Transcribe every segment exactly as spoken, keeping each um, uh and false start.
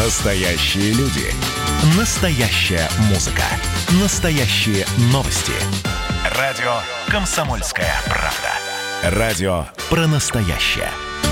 Настоящие люди. Настоящая музыка. Настоящие новости. Радио «Комсомольская правда». Радио про настоящее.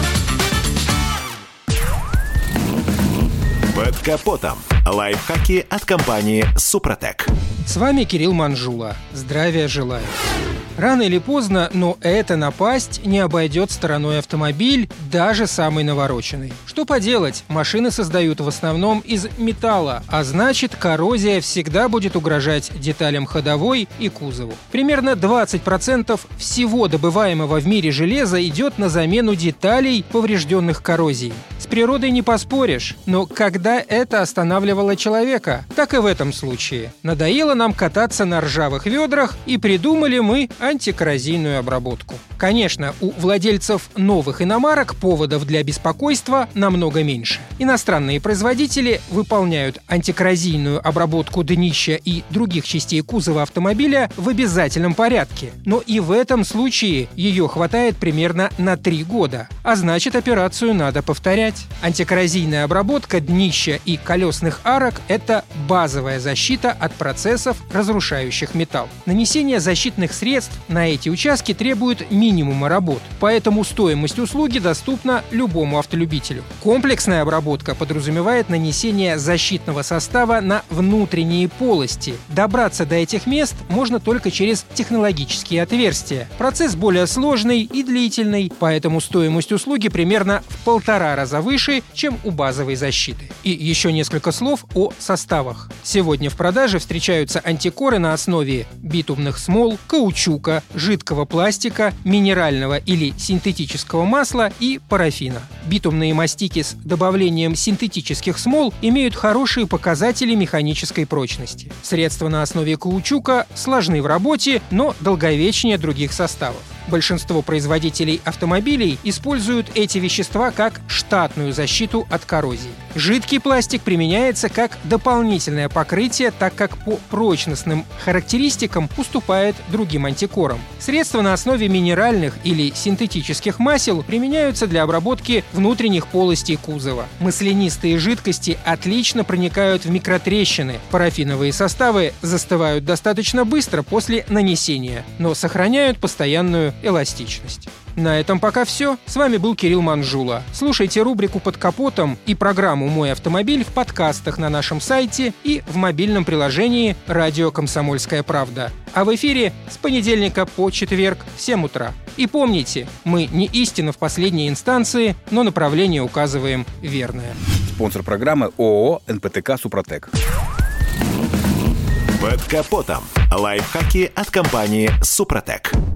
Под капотом. Лайфхаки от компании «Супротек». С вами Кирилл Манжула. Здравия желаю. Рано или поздно, но эта напасть не обойдет стороной автомобиль, даже самый навороченный. Что поделать, машины создают в основном из металла, а значит, коррозия всегда будет угрожать деталям ходовой и кузову. Примерно двадцать процентов всего добываемого в мире железа идет на замену деталей, поврежденных коррозией. С природой не поспоришь, но когда это останавливало человека? Так и в этом случае. Надоело нам кататься на ржавых ведрах, и придумали мы антикоррозийную обработку. Конечно, у владельцев новых иномарок поводов для беспокойства намного меньше. Иностранные производители выполняют антикоррозийную обработку днища и других частей кузова автомобиля в обязательном порядке. Но и в этом случае ее хватает примерно на три года. А значит, операцию надо повторять. Антикоррозийная обработка днища и колесных арок – это базовая защита от процессов, разрушающих металл. Нанесение защитных средств на эти участки требует минимума работ, поэтому стоимость услуги доступна любому автолюбителю. Комплексная обработка подразумевает нанесение защитного состава на внутренние полости. Добраться до этих мест можно только через технологические отверстия. Процесс более сложный и длительный, поэтому стоимость услуги примерно в полтора раза выше, чем у базовой защиты. И еще несколько слов о составах. Сегодня в продаже встречаются антикоры на основе битумных смол, каучука, жидкого пластика, минерального или синтетического масла и парафина. Битумные мастики с добавлением синтетических смол имеют хорошие показатели механической прочности. Средства на основе каучука сложны в работе, но долговечнее других составов. Большинство производителей автомобилей используют эти вещества как штатную защиту от коррозии. Жидкий пластик применяется как дополнительное покрытие, так как по прочностным характеристикам уступает другим антикорам. Средства на основе минеральных или синтетических масел применяются для обработки внутренних полостей кузова. Маслянистые жидкости отлично проникают в микротрещины. Парафиновые составы застывают достаточно быстро после нанесения, но сохраняют постоянную эластичность. На этом пока все. С вами был Кирилл Манжула. Слушайте рубрику «Под капотом» и программу «Мой автомобиль» в подкастах на нашем сайте и в мобильном приложении «Радио Комсомольская правда». А в эфире с понедельника по четверг в семь утра. И помните, мы не истина в последней инстанции, но направление указываем верное. Спонсор программы ООО «эн пэ тэ ка Супротек». Под капотом. Лайфхаки от компании «Супротек».